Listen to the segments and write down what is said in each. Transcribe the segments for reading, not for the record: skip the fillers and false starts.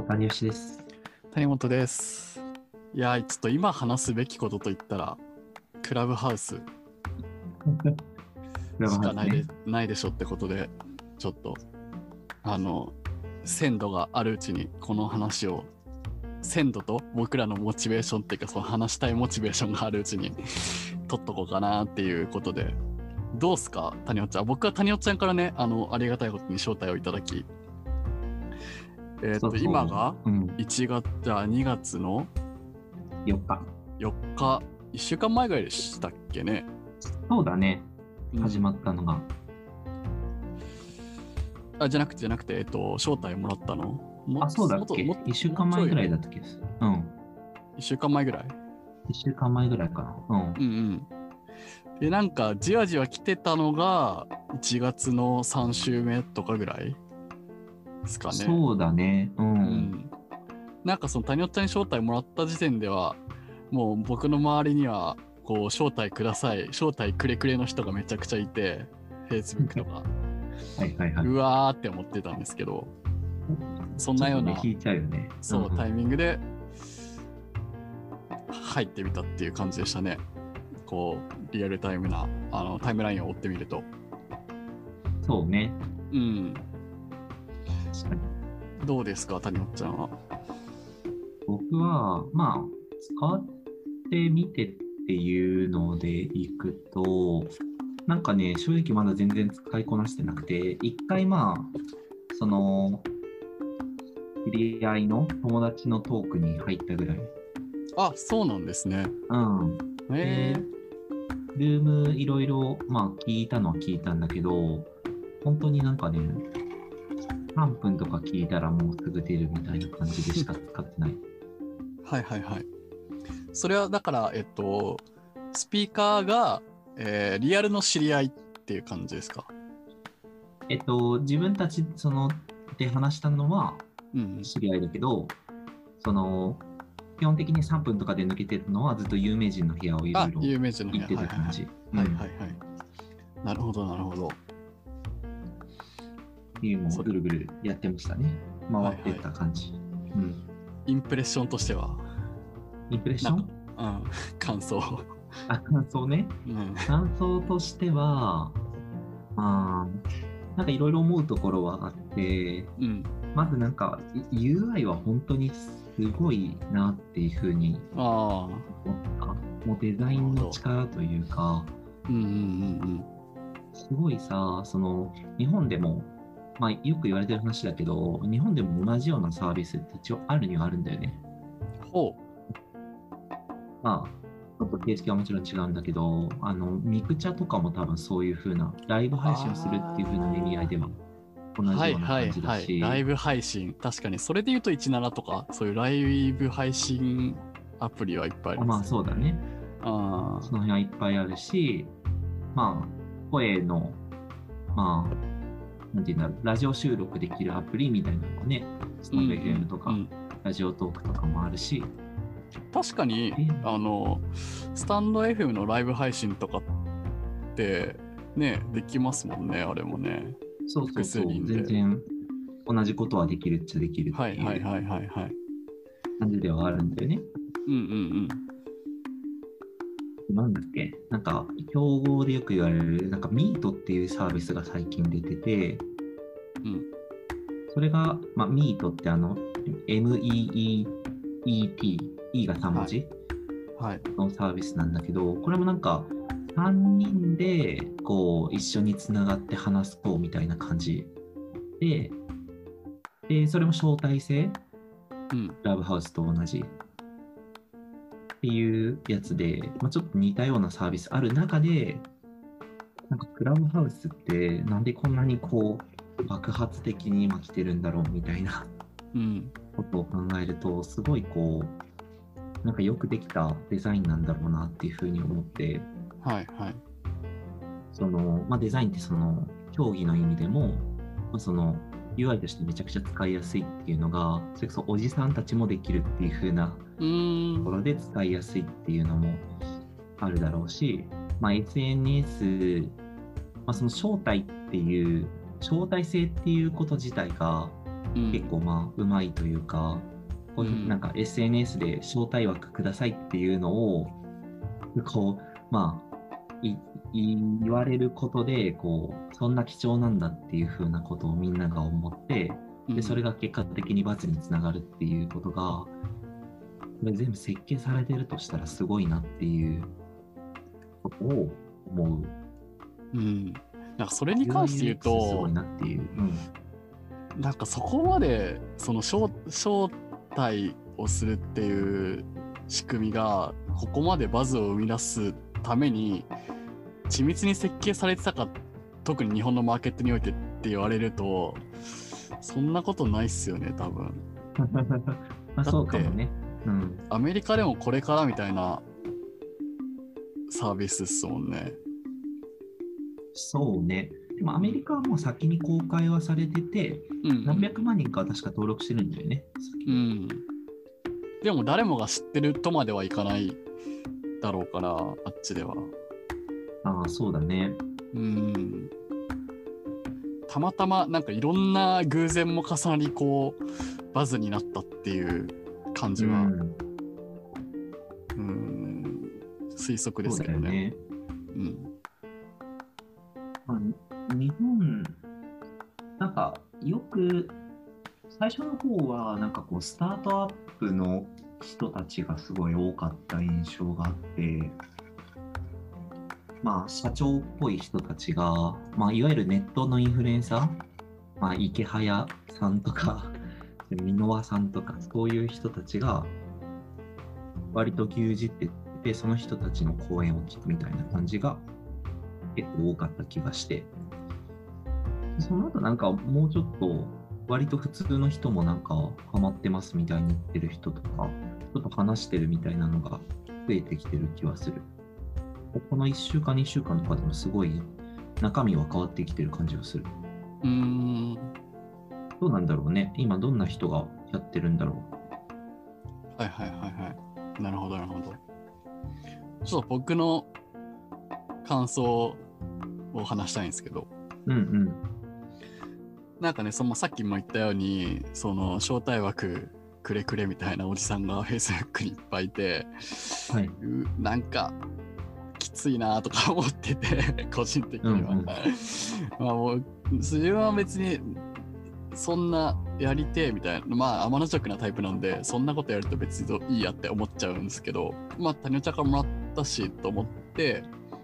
谷吉です。 谷本です。いや、ちょっと今話すべきことといったら、クラブハウスしかないでしょってことで、ちょっと、鮮度があるうちにこの話を、鮮度と僕らのモチベーションっていうか、その話したいモチベーションがあるうちに取っとこうかなっていうことで、どうすか、谷尾ちゃん。僕は谷尾ちゃんからね、ありがたいことに招待をいただき、 そう今が1月、じゃあ2月の 4日。 1週間前ぐらいでしたっけね。 そうだね。始まったのが。 じゃなくて、招待もらったのそうだっけ ?1 週間前ぐらいだったっけ。うん。 1週間前ぐらい ?1 週間前ぐらいかな。 で、なんか、じわじわ来てたのが、1月の3週目とかぐらいですかね。 そうだね。 なんかその谷尾ちゃんに招待もらった時点では、もう僕の周りには、こう、招待ください、招待くれくれの人がめちゃくちゃいて、Facebook とか。うわーって思ってたんですけど、そんなような、 聞いちゃうよね。 そう、タイミングで入ってみたっていう感じでしたね。こう、リアルタイムな、タイムラインを追ってみると。 そうね。 確かに。どうですか、谷本ちゃんは。 僕は、使ってみてっていうのでいくと、なんかね、正直まだ全然使いこなしてなくて、一回その、知り合いの友達のトークに入ったぐらい。 あ、そうなんですね。 ルームいろいろ、聞いたのは聞いたんだけど、本当になんかね、3分とか聞いたらもうすぐ出るみたいな感じでしか使ってない。 それはだから、スピーカーが、リアルの知り合いっていう感じですか？ 自分たちで話したのは知り合いだけど、基本的に3分とかで抜けてるのはずっと有名人の部屋をいろいろ聞いてた感じ。 なるほど、なるほど。 っていうのをぐるぐるやってましたね。回ってった感じ。 インプレッションとしては？ インプレッション？ 感想。 感想ね。感想としては、なんかいろいろ思うところはあって、まずなんか UI は本当にすごいなっていうふうに思った。もうデザインの力というか、すごいさ、日本でも、よく言われてる話だけど、日本でも同じようなサービスって一応あるにはあるんだよね。ちょっと形式はもちろん違うんだけど、ミクチャとかも多分そういう風なライブ配信をするっていう風な意味合いでは同じような感じだし、 ライブ配信、確かにそれで言うと17とかそういうライブ配信アプリはいっぱいあります。 そうだね。その辺はいっぱいあるし、声のなんていうんだろう、ラジオ収録できるアプリみたいなのがね、スタンド FM とか、ラジオトークとかもあるし、 確かにスタンド FM のライブ配信とかってね、できますもんね、あれもね。 そう全然同じことはできるっちゃできるっていう感じではあるんだよね。なんだっけ、なんか競合でよく言われるなんかミートっていうサービスが最近出てて、それがミートって MEEET E が3文字のサービスなんだけど、これもなんか3人でこう一緒につながって話すみたいな感じで、それも招待制、ラブハウスと同じっていうやつで、ちょっと似たようなサービスある中で、なんかクラブハウスってなんでこんなにこう爆発的に今来てるんだろうみたいなことを考えると、すごいこうなんかよくできたデザインなんだろうなっていうふうに思って、デザインって競技の意味でも、UI としてめちゃくちゃ使いやすいっていうのが、それこそおじさんたちもできるっていう風なところで使いやすいっていうのもあるだろうし、SNS、その招待制っていうこと自体が結構まあうまいというか、こういうなんか SNS で招待枠くださいっていうのをこうまあ言われることでこうそんな貴重なんだっていう風なことをみんなが思って、でそれが結果的に罰につながるっていうことが、これ全部設計されてるとしたらすごいなっていうことを思う。 なんかそれに関して言うと、 すごいなっていう。 なんかそこまでその招待をするっていう仕組みがここまでバズを生み出すために緻密に設計されてたか、特に日本のマーケットにおいてって言われると、そんなことないっすよね、多分。 まあそうかもね。 アメリカでもこれからみたいなサービスっすもんね。 そうね。でもアメリカはもう先に公開はされてて、何百万人かは確か登録してるんだよね。 でも誰もが知ってるとまではいかないだろうから、あっちでは。 ああ、そうだね。 たまたまなんかいろんな偶然も重なりこうバズになったっていう感じは、推測ですけどね。 日本なんかよく最初の方はなんかこうスタートアップの人たちがすごい多かった印象があって、まあ社長っぽい人たちが、まあ、いわゆるネットのインフルエンサー、まあ、池早さんとか箕輪さんとかそういう人たちが割と牛耳ってて、その人たちの講演を聞くみたいな感じが結構多かった気がして、その後なんかもうちょっと割と普通の人もなんかハマってますみたいに言ってる人とか、ちょっと話してるみたいなのが増えてきてる気はする。この1週間2週間とかでもすごい中身は変わってきてる感じがする。どうなんだろうね。今どんな人がやってるんだろう。なるほどなるほど。ちょっと僕の感想を話したいんですけど、なんかね、そのさっきも言ったように、その招待枠くれくれみたいなおじさんが Facebook にいっぱいいて、なんかきついなとか思ってて個人的には、まあもう自分は別にそんなやりてえみたいな、まあ天の弱なタイプなんで、そんなことやると別にいいやって思っちゃうんですけど、まあ谷尾ちゃんからもらったしと思って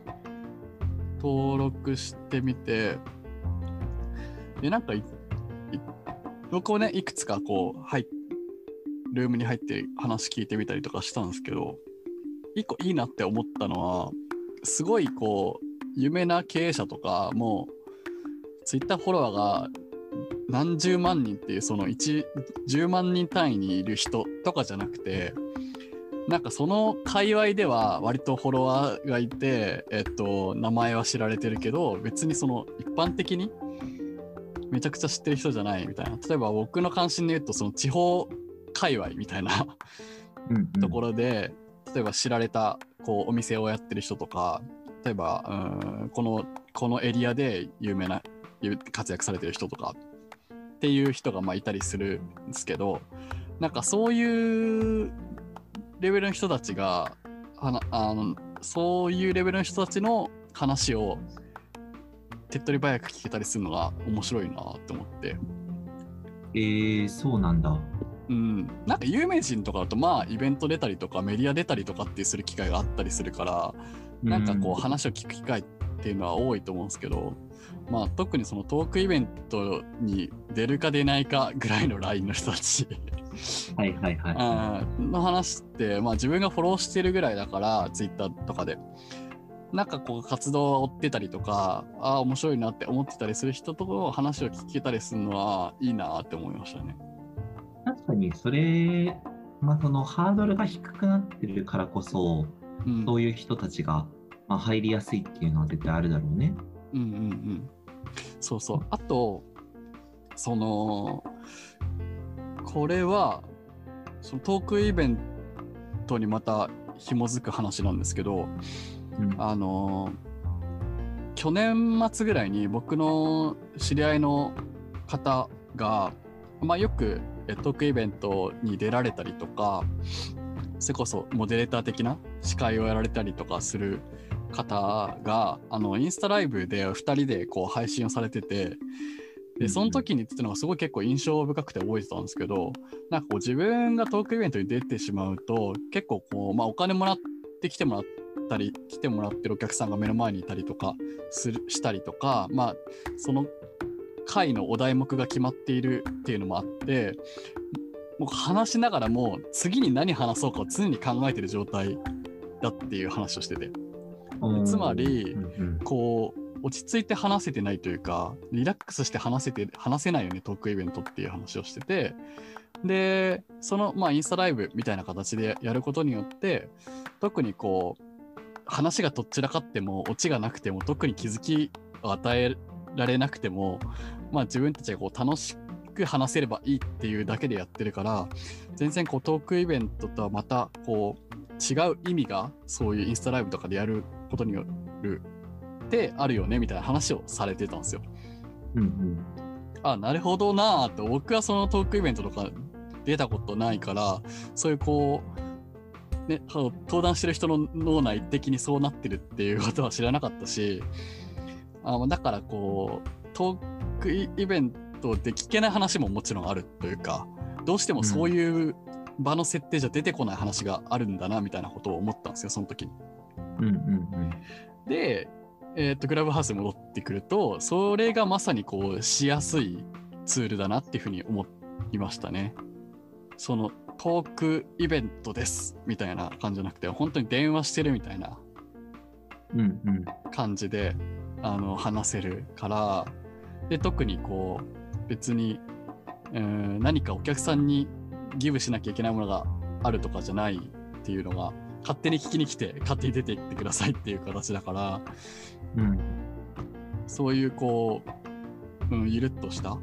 登録してみて、でなんか僕をねいくつかこうルームに入って話聞いてみたりとかしたんですけど、一個いいなって思ったのは、すごいこう有名な経営者とかもうツイッターフォロワーが何十万人っていうその10万人単位にいる人とかじゃなくて、なんかその界隈では割とフォロワーがいて、名前は知られてるけど、別にその一般的にめちゃくちゃ知ってる人じゃないみたいな。例えば僕の関心で言うと、その地方界隈みたいなところで、例えば知られたこうお店をやってる人とか、例えばこのエリアで有名な活躍されてる人とかっていう人がまあいたりするんですけど、なんかそういうレベルの人たちがそういうレベルの人たちの話を手っ取り早く聞けたりするのが面白いなって思って。 そうなんだ。 なんか有名人とかだとまあイベント出たりとかメディア出たりとかってする機会があったりするから、なんかこう話を聞く機会っていうのは多いと思うんですけど、まあ特にそのトークイベントに出るか出ないかぐらいのラインの人たちの話って、まあ自分がフォローしてるぐらいだからツイッターとかでなんかこう活動を追ってたりとか、面白いなって思ってたりする人と話を聞けたりするのはいいなって思いましたね。 確かにそれ、まあ、そのハードルが低くなってるからこそ、そういう人たちが、まあ、入りやすいっていうのは絶対あるだろうね。 そうそう。あとそのこれはそのトークイベントにまた紐づく話なんですけど、去年末ぐらいに僕の知り合いの方がまあ、よくトークイベントに出られたりとか、それこそモデレーター的な司会をやられたりとかする方がインスタライブで2人でこう配信をされてて、でその時に言ってたのがすごい結構印象深くて覚えてたんですけど、なんかこう自分がトークイベントに出てしまうと結構こう、まあ、お金もらって来てもらったり来てもらってるお客さんが目の前にいたりとかしたりとか、まあその回のお題目が決まっているっていうのもあって、もう話しながらも次に何話そうかを常に考えてる状態だっていう話をしてて、つまりこう落ち着いて話せてないというか、リラックスして話せないよねトークイベントっていう話をしてて、でそのまあインスタライブみたいな形でやることによって特にこう話がどちらかってもオチがなくても特に気づきを与えられなくても、まあ自分たちがこう楽しく話せればいいっていうだけでやってるから、全然こうトークイベントとはまたこう違う意味がそういうインスタライブとかでやることによるってあるよねみたいな話をされてたんですよ。あ、なるほどなーと。僕はそのトークイベントとか出たことないから、そういうこうね、登壇してる人の脳内的にそうなってるっていうことは知らなかったし、だからこうトークイベントで聞けない話ももちろんあるというか、どうしてもそういう場の設定じゃ出てこない話があるんだなみたいなことを思ったんですよ、その時に。で、クラブハウスに戻ってくると、それがまさにこうしやすいツールだなっていうふうに思いましたね。そのトークイベントですみたいな感じじゃなくて、本当に電話してるみたいな感じで、話せるから、で特にこう別に、何かお客さんにギブしなきゃいけないものがあるとかじゃないっていうのが、勝手に聞きに来て勝手に出ていってくださいっていう形だから、そういうこう、ゆるっとした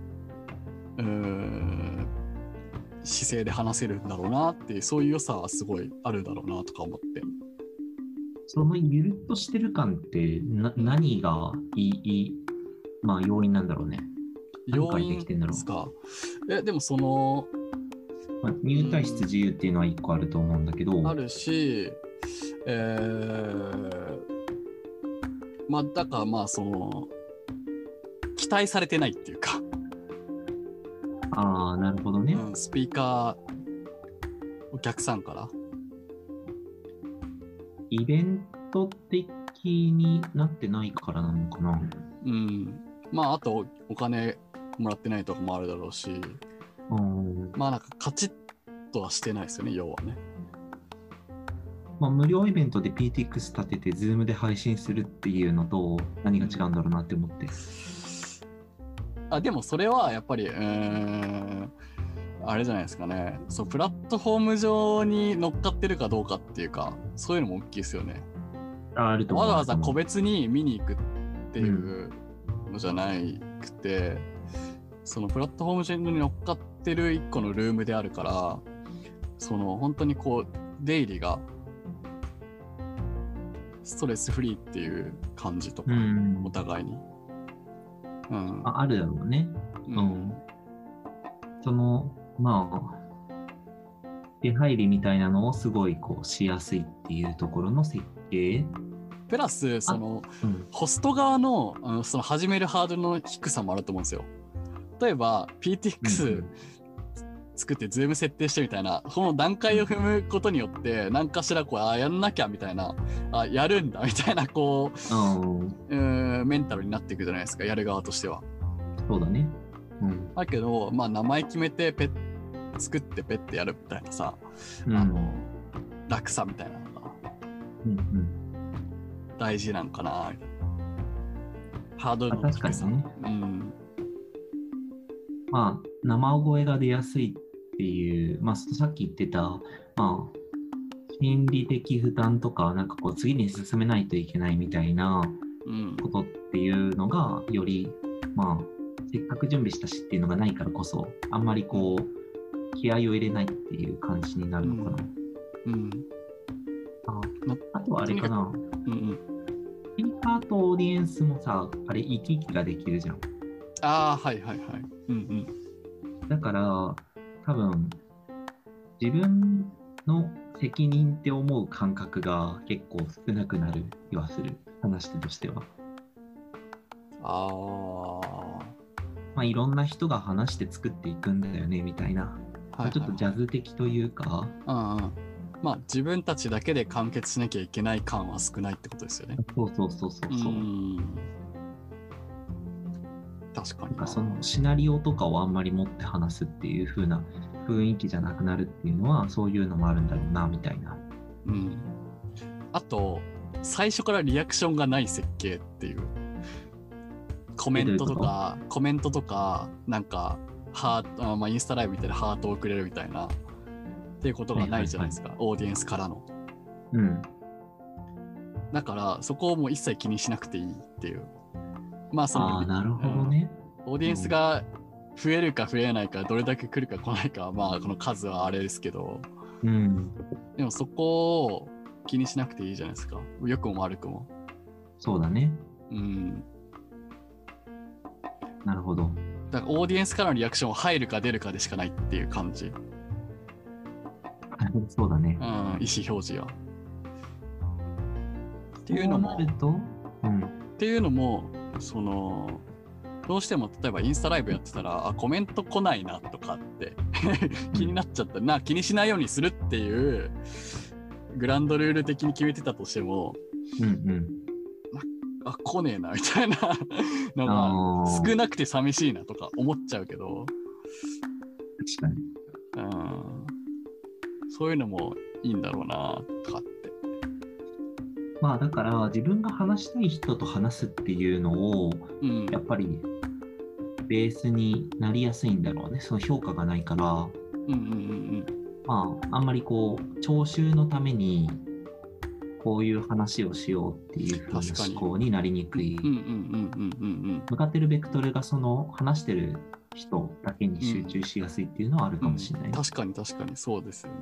姿勢で話せるんだろうなっていう、そういう良さはすごいあるだろうなとか思って。 そのゆるっとしてる感って何がまあ要因なんだろうね。 要因ですか。でもその、 まあ、入退出自由っていうのは一個あると思うんだけど、 あるし、まあだからまあその期待されてないっていうか、 なるほどね、 スピーカーお客さんからイベント的になってないからなのかな。 まああとお金もらってないとかもあるだろうし、まあなんかカチッとはしてないですよね、要はね。 まあ無料イベントで PTX 立てて Zoom で配信するっていうのと何が違うんだろうなって思って。 でもそれはやっぱりあれじゃないですかね。そう、プラットフォーム上に乗っかってるかどうかっていうか、そういうのも大きいですよね。 あると思う。 わざわざ個別に見に行くっていうのじゃなくて、そのプラットフォーム上に乗っかってる一個のルームであるから、その本当にこう出入りがストレスフリーっていう感じとか、お互いに、 あるだろうね。そのまあ出入りみたいなのをすごいこうしやすいっていうところの設計プラスその、ホスト側の、その始めるハードルの低さもあると思うんですよ。例えば PTX 作ってズーム設定してみたいな、この段階を踏むことによって何かしらこうやんなきゃみたいな、やるんだみたいなこう、メンタルになっていくじゃないですか、やる側としては。 そうだね。 だけどまあ名前決めて作ってペッてやるみたいなさ、楽さみたいなのが大事なんかなみたいな。ハードルの低さ。 まあ生声が出やすいっていう、まあさっき言ってた、まあ心理的負担とか、なんかこう次に進めないといけないみたいなことっていうのがより、まあせっかく準備したしっていうのがないからこそ、あんまりこう気合を入れないっていう感じになるのかな。あとはあれかな。スピーカーとオーディエンスもさ、あれ行き来ができるじゃん。 はいはいはい。 だから多分自分の責任って思う感覚が結構少なくなる気はする、話し手としては。まあいろんな人が話して作っていくんだよねみたいな、ちょっとジャズ的というか、 まあ自分たちだけで完結しなきゃいけない感は少ないってことですよね。 そうそうそうそうそう。 確かに。 なんかそのシナリオとかをあんまり持って話すっていう風な雰囲気じゃなくなるっていうのはそういうのもあるんだろうなみたいな。 あと最初からリアクションがない設計っていう。コメントとかなんかインスタライブみたいなハートをくれるみたいなっていうことがないじゃないですか、オーディエンスからの。だからそこをもう一切気にしなくていいっていう。まあそのなるほどね。 オーディエンスが増えるか増えないか、どれだけ来るか来ないかはまあこの数はあれですけど、でもそこを気にしなくていいじゃないですか、良くも悪くも。 そうだね。なるほど。 だからオーディエンスからのリアクションは入るか出るかでしかないっていう感じ。 そうだね。 意思表示は。っていうのも、そのどうしても例えばインスタライブやってたらコメント来ないなとかって気になっちゃったな、気にしないようにするっていうグランドルール的に決めてたとしても、来ねえなみたいなのが少なくて寂しいなとか思っちゃうけど、 確かに。 そういうのもいいんだろうなとかって。 まあだから自分が話したい人と話すっていうのを、やっぱりベースになりやすいんだろうね。その評価がないから、まああんまりこう聴衆のためにこういう話をしようっていう風な思考になりにくい。向かってるベクトルがその話してる人だけに集中しやすいっていうのはあるかもしれない。 確かにそうですよね。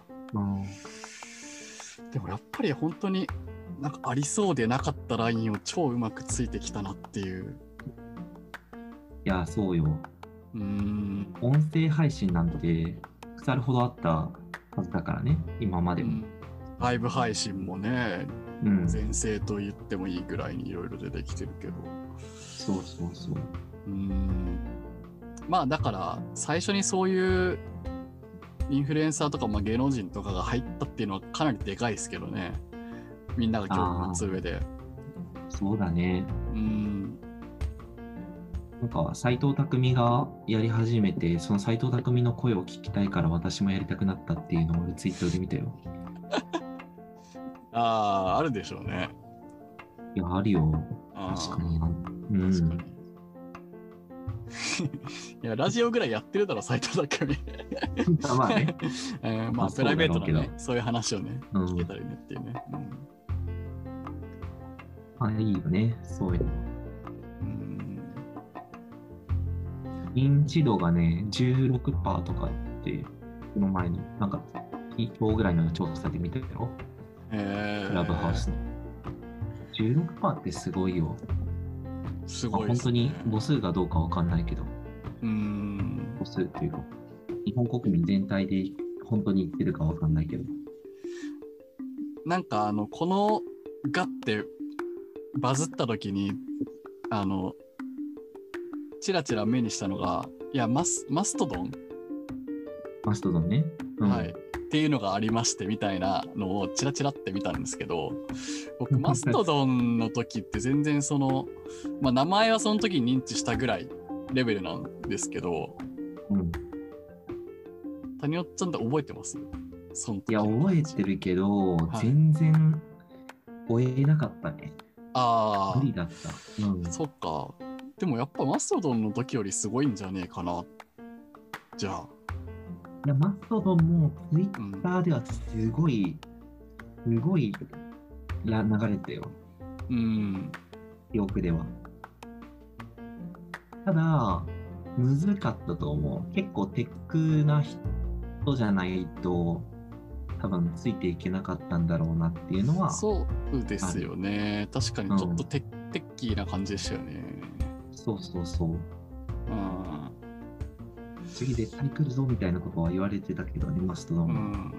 でもやっぱり本当になんかありそうでなかったラインを超うまくついてきたなっていう。 いやそうよ。音声配信なんて腐るほどあったはずだからね、今までも。 ライブ配信もね、全盛と言ってもいいぐらいにいろいろ出てきてるけど。 そう。 まあだから最初にそういうインフルエンサーとか、芸能人とかが入ったっていうのはかなりでかいですけどね。みんなが興味持つ上で。 そうだね。なんか斎藤工がやり始めて、その斎藤工の声を聞きたいから私もやりたくなったっていうのを俺ツイッターで見たよ。 あるでしょうね。 いや、あるよ。確かに。確かに。 いや、ラジオぐらいやってるだろ、斎藤工。 まあね。 プライベートのね、そういう話をね、聞けたりねっていうね。 いいよね、そういうの。認知度がね、16% とかって、この前の、なんか、今日ぐらいの調査で見てたよ。クラブハウスの。16% ってすごいよ。 すごいですね。 本当に母数がどうかわかんないけど。母数っていうか、日本国民全体で本当に言ってるかわかんないけど。 なんかこのガってバズった時にチラチラ目にしたのが、いやマストドンね、 はいっていうのがありましてみたいなのをチラチラって見たんですけど、僕マストドンの時って全然その名前はその時に認知したぐらいレベルなんですけど、谷尾ちゃんって覚えてます？その時。 いや覚えてるけど、全然追えなかったね。無理だった。 そっか。でもやっぱマストドンの時よりすごいんじゃねえかな。じゃあ。 いや、マストドンもツイッターではすごい流れてたよ。記憶では。ただ、難かったと思う。結構テックな人じゃないと、多分ついていけなかったんだろうなっていうのは。 そうですよね。確かにちょっとテッキーな感じでしたよね。 そう。 次絶対来るぞみたいなことは言われてたけどね、マストドン。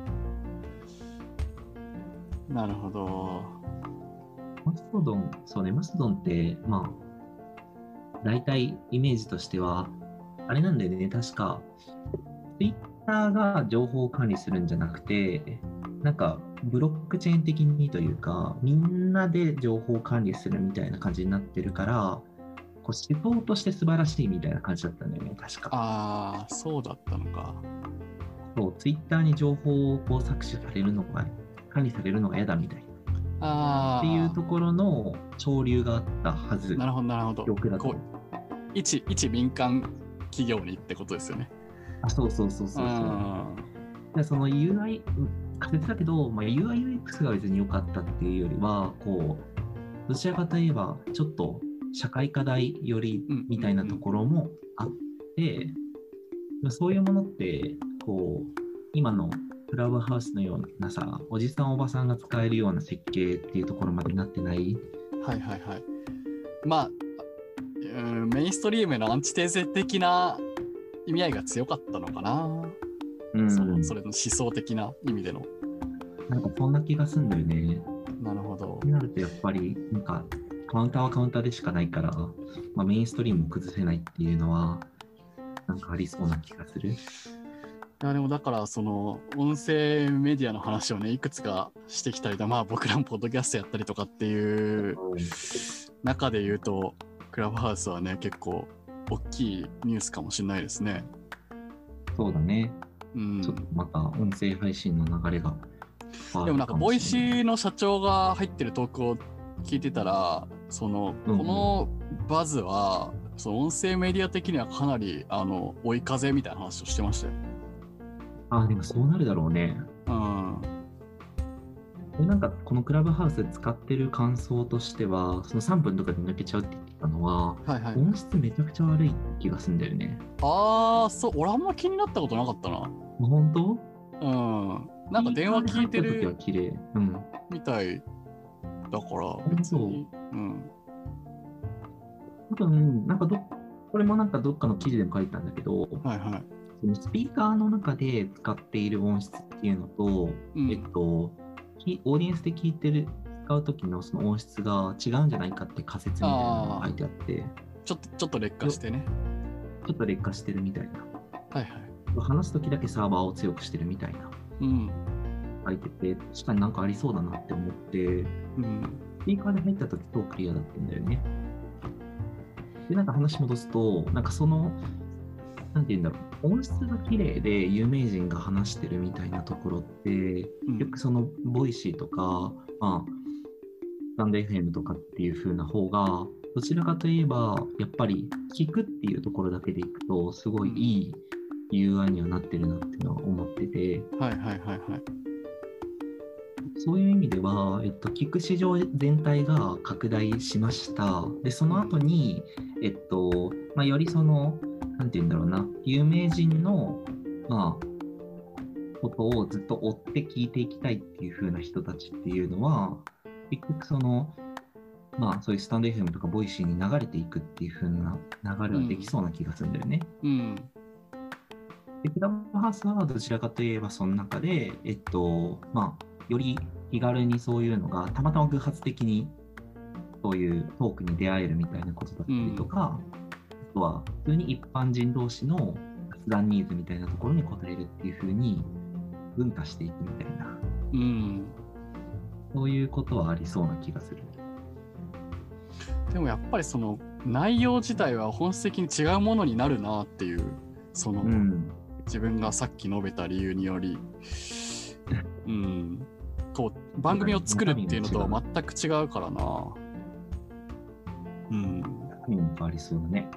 なるほど。 マストドン、そうね、マストドンって、まあ、大体イメージとしては、あれなんだよね、確か、Twitter が情報を管理するんじゃなくて、なんか、ブロックチェーン的にというか、みんなで情報を管理するみたいな感じになってるから、こう思想として素晴らしいみたいな感じだったんだよね、確か。 ああ、そうだったのか。 そう、Twitter に情報をこう搾取されるのが、管理されるのが嫌だみたいな。っていうところの潮流があったはず。 なるほど、なるほど。 こう一民間企業にってことですよね。 あ、そう。でその UI、仮説だけど、まあ、UI/UX が別に良かったっていうよりは、こう、どちらかといえば、ちょっと社会課題寄りみたいなところもあって、そういうものって、こう、今のクラブハウスのようなさ、おじさんおばさんが使えるような設計っていうところまでなってない。 はい。まあ、メインストリームのアンチテーゼ的な意味合いが強かったのかな。それの思想的な意味での。 なんかそんな気がするんだよね。 なるほど。 になるとやっぱり、なんか、カウンターはカウンターでしかないから、まあ、メインストリームを崩せないっていうのは、なんかありそうな気がする。 いやでもだからその音声メディアの話をねいくつかしてきたりだ、まあ僕らもポッドキャストやったりとかっていう中で言うとクラブハウスはね結構大きいニュースかもしれないですね。 そうだね。ちょっとまた音声配信の流れがでもなんかボイシーの社長が入ってるトークを聞いてたらその、このバズはその音声メディア的にはかなり追い風みたいな話をしてましたよ。 でもそうなるだろうね。なんかこのクラブハウス使ってる感想としては、その3分とかで抜けちゃうって言ってたのは、音質めちゃくちゃ悪い気がするんだよね。 そう、俺あんま気になったことなかったな。 本当？ なんか電話聞いてる時は綺麗、 みたいだから別に。多分なんかこれもなんかどっかの記事でも書いたんだけど、そのスピーカーの中で使っている音質っていうのと、オーディエンスで聞いてる使う時のその音質が違うんじゃないかって仮説みたいなのが書いてあって、 ちょっと劣化してね。 ちょっと劣化してるみたいな。話す時だけサーバーを強くしてるみたいな。書いてて、確かになんかありそうだなって思って、スピーカーで入った時超クリアだったんだよね。で、なんか話戻すと、なんかその、なんて言うんだろう、音質が綺麗で有名人が話してるみたいなところって、よくそのボイシーとか、まあ、スタンド FM とかっていう風な方が、どちらかといえば、やっぱり聞くっていうところだけでいくと、すごいいい UI にはなってるなっていうのは思ってて、そういう意味では、聞く市場全体が拡大しました。で、その後に、よりその、なんて言うんだろうな、有名人の、ことをずっと追って聞いていきたいっていう風な人たちっていうのは、結局その、そういうスタンド FM とかボイシーに流れていくっていう風な流れはできそうな気がするんだよね。で、クラブハウスはどちらかといえばその中で、より気軽にそういうのがたまたま偶発的にそういうトークに出会えるみたいなことだったりとか、あとは普通に一般人同士の雑談ニーズみたいなところに応えるっていう風に分化していくみたいな、そういうことはありそうな気がする。 でもやっぱりその内容自体は本質的に違うものになるなっていうその、自分がさっき述べた理由によりこう番組を作るっていうのとは全く違うからな。 ありそうだね。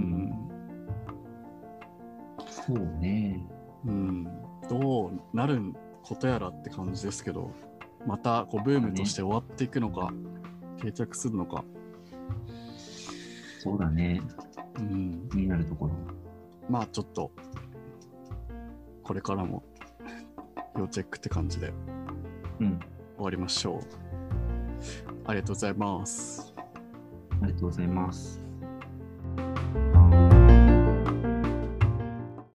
そうね。 どうなることやらって感じですけど、またこうブームとして終わっていくのか、定着するのか。 そうだね。気になるところ。 まあちょっとこれからも要チェックって感じで終わりましょう。ありがとうございます。 ありがとうございます。